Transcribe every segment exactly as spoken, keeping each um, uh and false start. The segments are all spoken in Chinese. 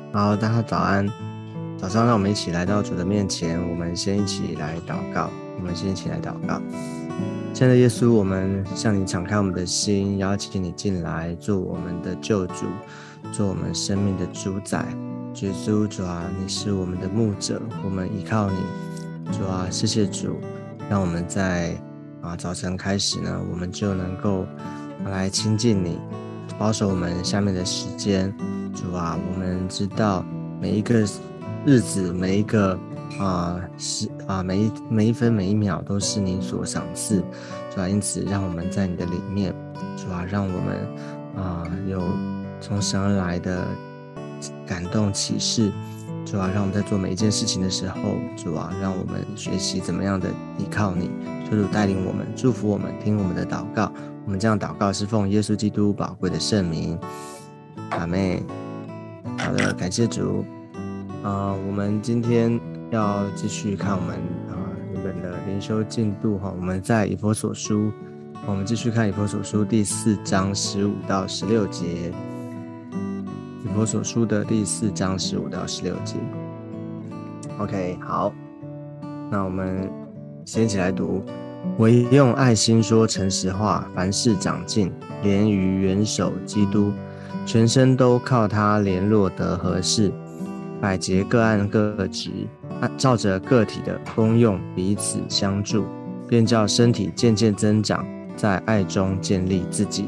好，大家早安。早上让我们一起来到主的面前，我们先一起来祷告。我们先一起来祷告。亲爱的耶稣，我们向你敞开我们的心，邀请你进来做我们的救主，做我们生命的主宰。耶稣，主啊，你是我们的牧者，我们依靠你。主啊，谢谢主，让我们在啊早晨开始呢，我们就能够来亲近你，保守我们下面的时间。主啊，我们知道每一个日子，每一个啊是啊每一每一分每一秒都是你所赏赐。主啊，因此让我们在你的里面，主啊，让我们啊有从神而来的感动启示。主啊，让我们在做每一件事情的时候，主啊，让我们学习怎么样的依靠你。求主带领我们，祝福我们，听我们的祷告。我们这样祷告是奉耶稣基督宝贵的圣名，阿们。好的，感谢主。呃，我们今天要继续看我们啊、呃、原本的灵修进度哈。我们在以弗所书，我们继续看以弗所书第四章十五到十六节。以弗所书的第四章十五到十六节。OK， 好，那我们先一起来读。唯用爱心说诚实话，凡事长进，连于元首基督，全身都靠他联络得合适，百节各按各职，照着个体的功用彼此相助，便叫身体渐渐增长，在爱中建立自己。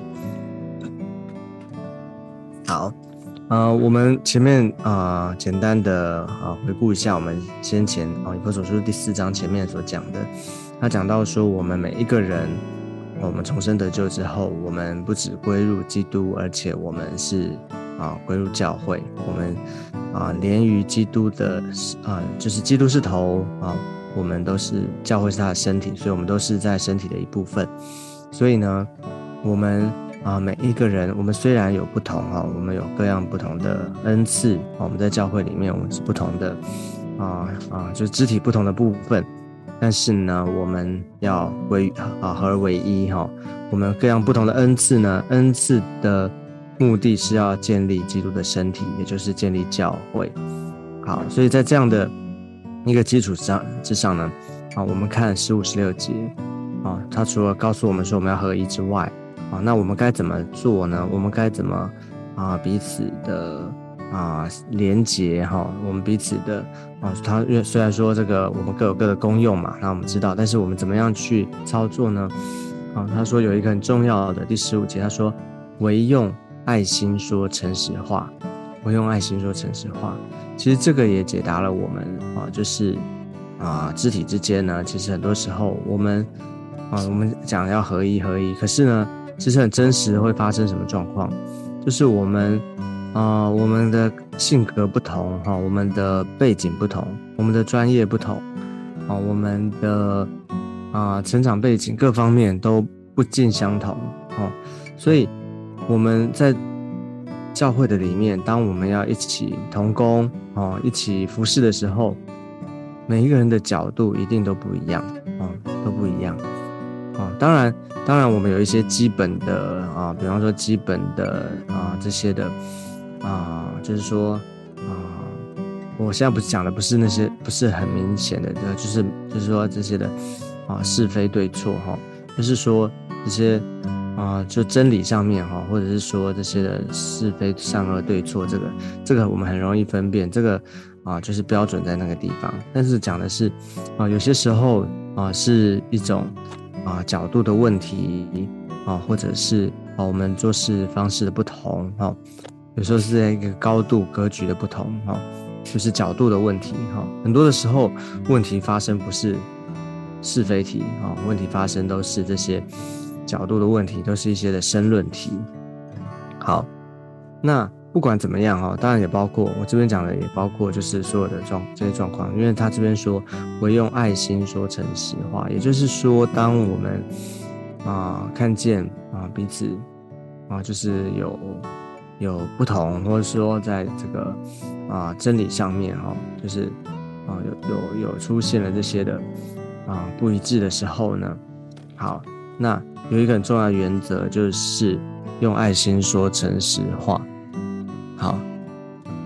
好，呃，我们前面啊、呃、简单的啊、呃、回顾一下我们先前啊以弗所书第四章前面所讲的。他讲到说，我们每一个人，我们重生得救之后，我们不只归入基督，而且我们是啊归入教会，我们啊连于基督的啊，就是基督是头啊，我们都是教会是他的身体，所以我们都是在身体的一部分。所以呢，我们啊每一个人，我们虽然有不同啊，我们有各样不同的恩赐啊，我们在教会里面我们是不同的啊啊，就是肢体不同的部分。但是呢，我们要归啊合而为一哈。我们各样不同的恩赐呢，恩赐的目的是要建立基督的身体，也就是建立教会。好，所以在这样的一个基础上之上呢，啊，我们看十五、十六节啊，他除了告诉我们说我们要合一之外，啊，那我们该怎么做呢？我们该怎么啊彼此的啊连结哈？我们彼此的。啊，他虽然说这个我们各有各的功用嘛，那我们知道，但是我们怎么样去操作呢？啊，他说有一个很重要的第十五节，他说唯用爱心说诚实话，唯用爱心说诚实话。其实这个也解答了我们啊，就是啊肢体之间呢，其实很多时候我们啊我们讲要合一合一，可是呢，其实很真实会发生什么状况？就是我们。啊、呃，我们的性格不同哈、哦，我们的背景不同，我们的专业不同，啊、哦，我们的啊、呃、成长背景各方面都不尽相同哦，所以我们在教会的里面，当我们要一起同工哦，一起服侍的时候，每一个人的角度一定都不一样哦，都不一样哦。当然，当然我们有一些基本的啊，比方说基本的啊这些的。啊、呃，就是说，啊、呃，我现在不是讲的不是那些不是很明显的，就是就是说这些的啊、呃、是非对错哈，就是说这些啊、呃、就真理上面哈，或者是说这些的是非善恶对错，这个这个我们很容易分辨，这个啊、呃、就是标准在那个地方。但是讲的是啊、呃、有些时候啊、呃、是一种啊、呃、角度的问题啊、呃，或者是啊、呃、我们做事方式的不同哈。呃有时候是在一个高度格局的不同哈，就是角度的问题哈。很多的时候问题发生不是是非题哈，问题发生都是这些角度的问题，都是一些的申论题。好，那不管怎么样哈，当然也包括我这边讲的，也包括就是所有的状这些状况，因为他这边说唯用爱心说诚实话，也就是说，当我们啊、呃、看见啊、呃、彼此啊、呃、就是有。有不同，或者说在这个啊、呃、真理上面哈、哦，就是啊、呃、有有有出现了这些的啊、呃、不一致的时候呢，好，那有一个很重要的原则就是用爱心说诚实话。好，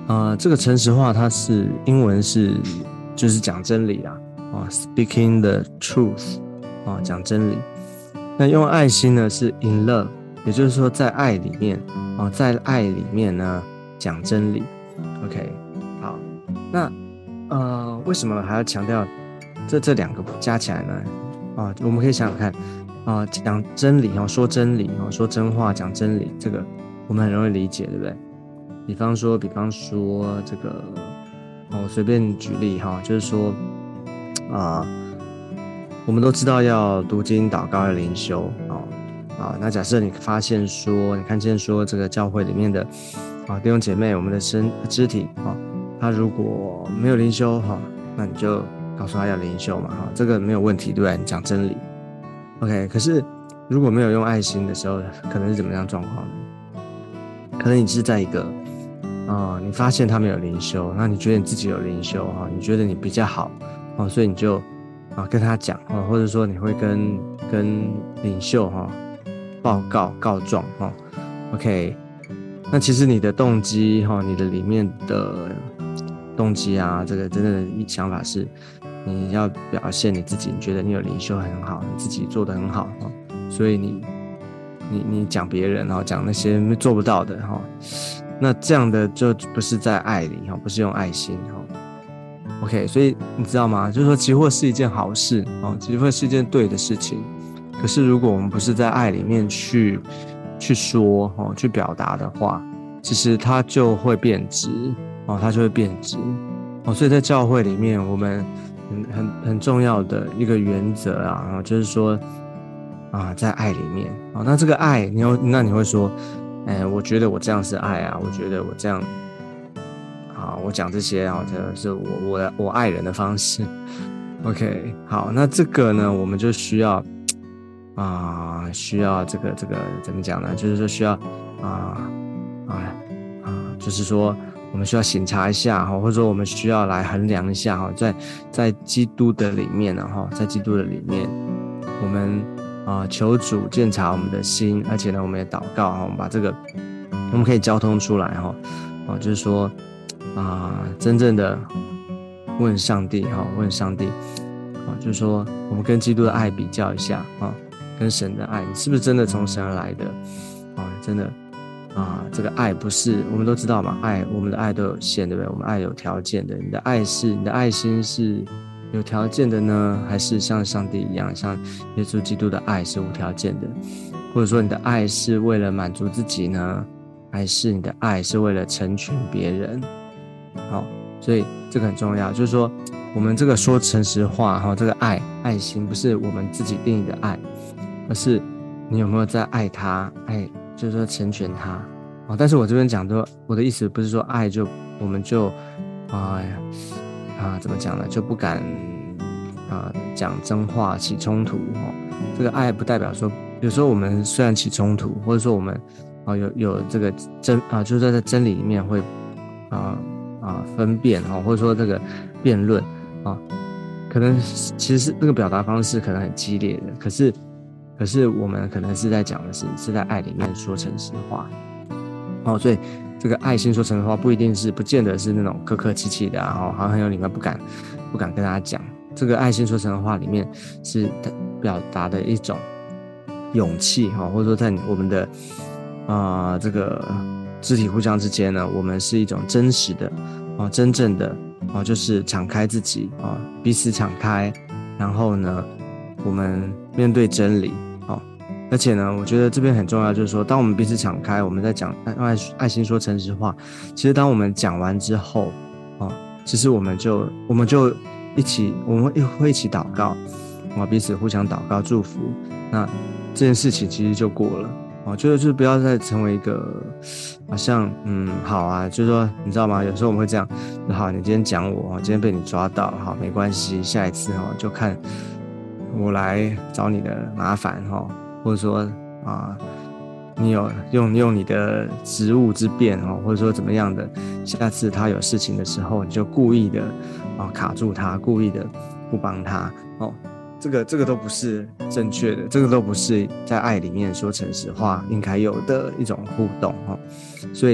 呃，这个诚实话它是英文是就是讲真理啦，啊 ，speaking the truth， 啊，讲真理。那用爱心呢是 in love， 也就是说在爱里面，啊，在爱里面呢讲真理。OK， 好，那呃为什么还要强调这这两个加起来呢？啊，我们可以想想看，啊，讲真理哦，说真理哦，说真话，讲真理，这个我们很容易理解，对不对？比方说，比方说这个，哦，随便举例哈，就是说，啊、我们都知道要读经、祷告、要灵修，哦，啊，那假设你发现说，你看见说这个教会里面的啊弟兄姐妹，我们的身肢体啊，他如果没有灵修哈，那你就告诉他要灵修嘛，哈，这个没有问题，对不对？你讲真理 ，OK。可是如果没有用爱心的时候，可能是怎么样状况呢？可能你是在一个啊、呃，你发现他没有灵修，那你觉得你自己有灵修哈，你觉得你比较好哦，所以你就啊跟他讲哦，或者说你会跟跟领袖哈报告告状哈 ，OK。那其实你的动机哈，你的里面的动机啊，这个真正的想法是，你要表现你自己，你觉得你有灵修很好，你自己做得很好哈，所以你你你讲别人哈，讲那些做不到的哈。那这样的就不是在爱里哈，不是用爱心哈。OK， 所以你知道吗？就是说期货是一件好事哦，期货是一件对的事情。可是如果我们不是在爱里面去去说哦，去表达的话，其实它就会变质哦，它就会变质哦。所以在教会里面，我们很很很重要的一个原则啊，就是说啊，在爱里面哦，那这个爱，你有那你会说。哎，我觉得我这样是爱啊，我觉得我这样，啊，我讲这些啊，这是我我我爱人的方式。OK， 好，那这个呢，我们就需要啊，需要这个这个怎么讲呢？就是说需要啊啊啊，就是说我们需要省察一下哈，或者说我们需要来衡量一下哈，在在基督的里面呢哈，在基督的里面，我们。啊，求主鉴察我们的心，而且呢，我们也祷告哈，我们把这个我们可以交通出来哈，啊，就是说啊，真正的问上帝哈，问上帝啊，就是说我们跟基督的爱比较一下啊，跟神的爱，你是不是真的从神而来的啊？真的啊，这个爱不是我们都知道嘛，爱我们的爱都有限，对不对？我们爱有条件的，你的爱是你的爱心是。有条件的呢，还是像上帝一样，像耶稣基督的爱是无条件的？或者说你的爱是为了满足自己呢，还是你的爱是为了成全别人？好，所以这个很重要，就是说我们这个说诚实话哈，这个爱爱心不是我们自己定义的爱，而是你有没有在爱他，爱就是说成全他啊。但是我这边讲的，我的意思不是说爱就我们就啊。哎啊，怎么讲呢？就不敢啊讲真话，起冲突哦。这个爱不代表说，有时候我们虽然起冲突，或者说我们啊有有这个真啊，就是在真理里面会啊啊分辨哈，或者说这个辩论啊，可能其实是这个表达方式可能很激烈的，可是可是我们可能是在讲的是是在爱里面说诚实话哦，所以。这个爱心说诚实话不一定是，不见得是那种客客气气的啊，好像很有礼貌，不敢不敢跟大家讲。这个爱心说诚实话里面是表达的一种勇气哈，或者说在我们的啊、呃、这个肢体互相之间呢，我们是一种真实的啊，真正的啊，就是敞开自己啊，彼此敞开，然后呢，我们面对真理。而且呢，我觉得这边很重要，就是说，当我们彼此敞开，我们在讲爱爱心说诚实话，其实当我们讲完之后，哦，其实我们就我们就一起，我们会一起祷告，啊，彼此互相祷告祝福，那这件事情其实就过了，哦，就是就是不要再成为一个好像嗯好啊，就是说你知道吗？有时候我们会这样，好，你今天讲我，今天被你抓到，好，没关系，下一次哈就看我来找你的麻烦哈。或者说啊，你有用用你的职务之便哦，或者说怎么样的，下次他有事情的时候，你就故意的啊卡住他，故意的不帮他哦，这个这个都不是正确的，这个都不是在爱里面说诚实话应该有的一种互动哦，所以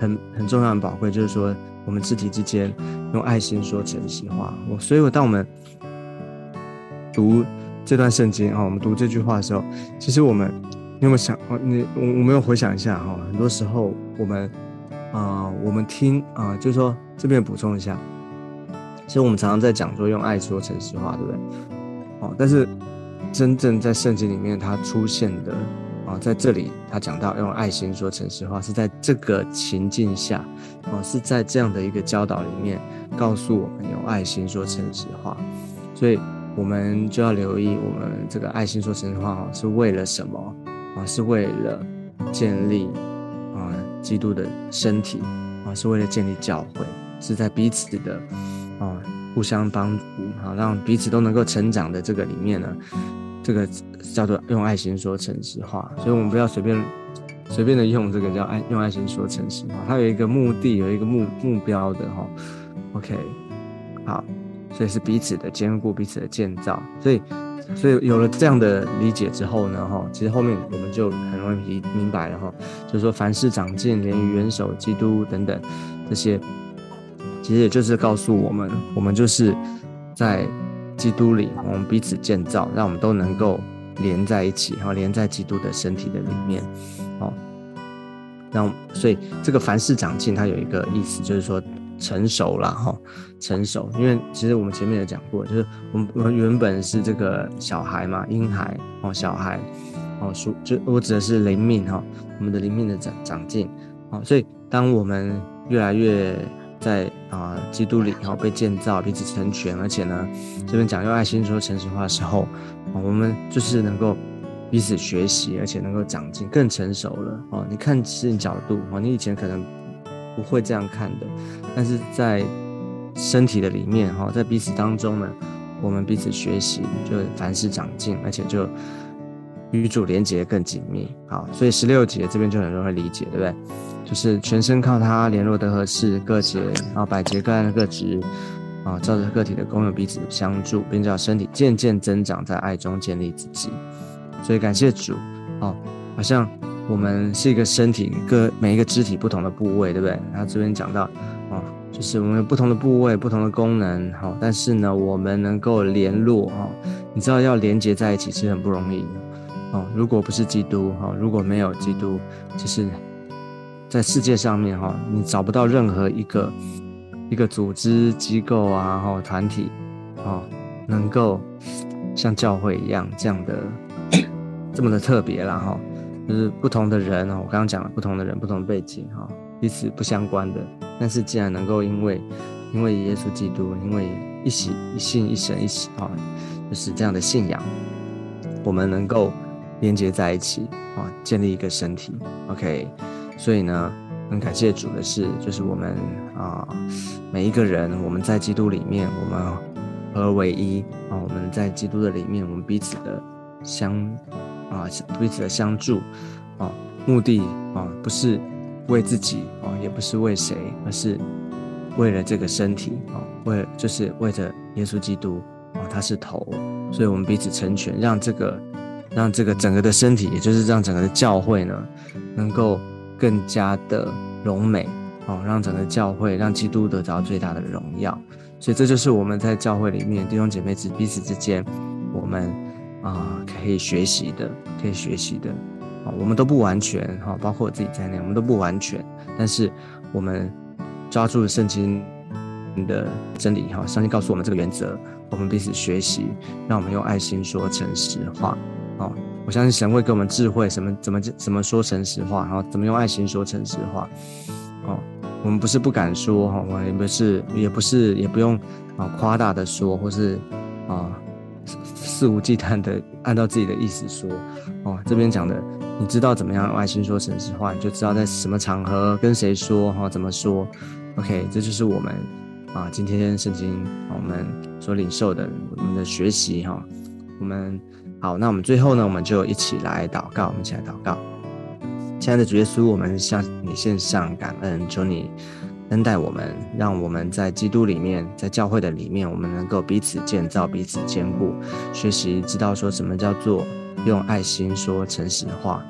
很很重要很宝贵，就是说我们肢体之间用爱心说诚实话。所以我当我们读这段圣经我们读这句话的时候，其实我们你有没有想你我我们有回想一下很多时候我们啊、呃，我们听啊、呃，就是说这边补充一下，其实我们常常在讲说用爱说诚实话，对不对？哦，但是真正在圣经里面它出现的啊、哦，在这里他讲到用爱心说诚实话，是在这个情境下哦，是在这样的一个教导里面告诉我们用爱心说诚实话，所以我们就要留意我们这个爱心说诚实话、哦、是为了什么啊？是为了建立啊基督的身体啊，是为了建立教会，是在彼此的啊互相帮助啊，让彼此都能够成长的这个里面呢，这个叫做用爱心说诚实话。所以我们不要随便随便的用这个叫爱用爱心说诚实话，它有一个目的，有一个目目标的哈。OK， 好，所以是彼此的兼顾，彼此的建造。所以所以有了这样的理解之后呢，哈，其实后面我们就很容易明白了哈，就是说凡事长进，连于元首基督等等这些，其实也就是告诉我们，我们就是在基督里，我们彼此建造，让我们都能够连在一起，连在基督的身体的里面，哦，让所以这个凡事长进，它有一个意思，就是说成熟啦，哈，成熟。因为其实我们前面有讲过，就是我们我们原本是这个小孩嘛，婴孩哦，小孩哦，属就我指的是灵命哈，我们的灵命的长长进，哦，所以当我们越来越在啊、呃、基督里被建造，彼此成全，而且呢，这边讲用爱心说诚实话的时候，哦，我们就是能够彼此学习，而且能够长进，更成熟了哦。你看事情角度哦，你以前可能不会这样看的，但是在身体的里面哈，在彼此当中呢，我们彼此学习，就凡事长进，而且就与主连结更紧密。好，所以十六节这边就很容易理解，对不对？就是全身靠他联络得合适，各节啊百节各按各职啊，照着个体的功用彼此相助，并叫身体渐渐增长，在爱中建立自己。所以感谢主哦，好像我们是一个身体，各每一个肢体不同的部位，对不对？然后这边讲到哦，就是我们有不同的部位、不同的功能，好、哦，但是呢，我们能够联络哦，你知道要连结在一起其实很不容易哦。如果不是基督哦，如果没有基督，其实在世界上面哈、哦，你找不到任何一个一个组织机构啊，哦团体哦，能够像教会一样这样的这么的特别啦哈、哦，就是不同的人哦，我刚刚讲了不同的人、不同的背景哈、哦，彼此不相关的，但是既然能够因为因为耶稣基督，因为一喜一信一神一喜啊、哦，就是这样的信仰，我们能够连接在一起啊、哦，建立一个身体。OK， 所以呢，很感谢主的是，就是我们啊、呃、每一个人，我们在基督里面，我们合而为一啊、哦，我们在基督的里面，我们彼此的相啊彼此的相助啊、哦，目的啊、哦、不是为自己哦，也不是为谁，而是为了这个身体哦，为了就是为着耶稣基督哦，他是头，所以我们彼此成全，让这个让这个整个的身体，也就是让整个的教会呢，能够更加的荣美哦，让整个教会，让基督得到最大的荣耀。所以这就是我们在教会里面弟兄姐妹彼此之间，我们啊、呃、可以学习的，可以学习的。我们都不完全，包括我自己在内，我们都不完全，但是我们抓住了圣经的真理，圣经告诉我们这个原则，我们彼此学习，让我们用爱心说诚实话。我相信神会给我们智慧，什么怎么怎么说诚实话，然后怎么用爱心说诚实话。我们不是不敢说，我们也不是也不是也不用夸大的说，或是啊肆无忌惮的按照自己的意思说。哦，这边讲的，你知道怎么样用爱心说诚实话，你就知道在什么场合跟谁说，怎么说。OK， 这就是我们啊今天圣经我们所领受的我们的学习哈。我们好，那我们最后呢，我们就一起来祷告，我们一起来祷告。亲爱的主耶稣，我们向你献上感恩，求你恩待我们，让我们在基督里面，在教会的里面，我们能够彼此建造，彼此坚固，学习知道说什么叫做用爱心说诚实话。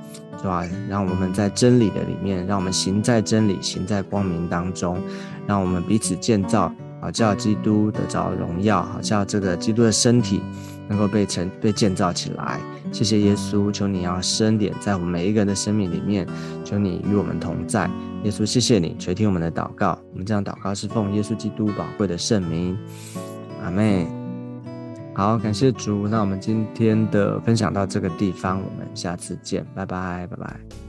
主啊，让我们在真理的里面，让我们行在真理，行在光明当中，让我们彼此建造，好叫基督得着荣耀，好叫这个基督的身体能够被成被建造起来。谢谢耶稣，求你要深点在我们每一个人的生命里面，求你与我们同在。耶稣，谢谢你垂听我们的祷告，我们这样祷告是奉耶稣基督宝贵的圣名，阿们。好，感谢主，那我们今天的分享到这个地方，我们下次见，拜拜，拜拜。